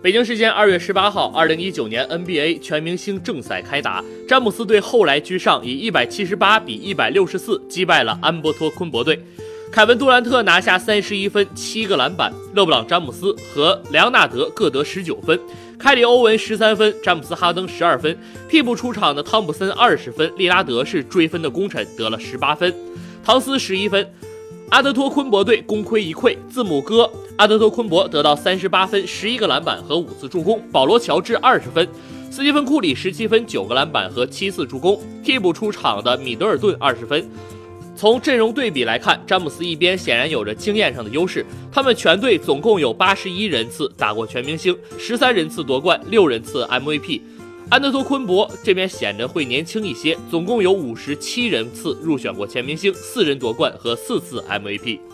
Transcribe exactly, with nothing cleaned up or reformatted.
北京时间二月十八号，二零一九年 N B A 全明星正赛开打，詹姆斯队后来居上，以一百七十八比一百六十四击败了安波托昆博队。凯文杜兰特拿下三十一分、七个篮板，勒布朗詹姆斯和莱昂纳德各得十九分，凯里欧文十三分，詹姆斯哈登十二分，替补出场的汤普森二十分，利拉德是追分的功臣，得了十八分，唐斯十一分。阿德托昆博队功亏一篑，字母哥阿德托昆博得到三十八分、十一个篮板和五次助攻，保罗乔治二十分，斯蒂芬库里十七分、九个篮板和七次助攻，替补出场的米德尔顿二十分。从阵容对比来看，詹姆斯一边显然有着经验上的优势，他们全队总共有八十一人次打过全明星，十三人次夺冠，六人次 M V P。安德托昆博这边显得会年轻一些，总共有五十七人次入选过全明星，四人夺冠和四次 M V P。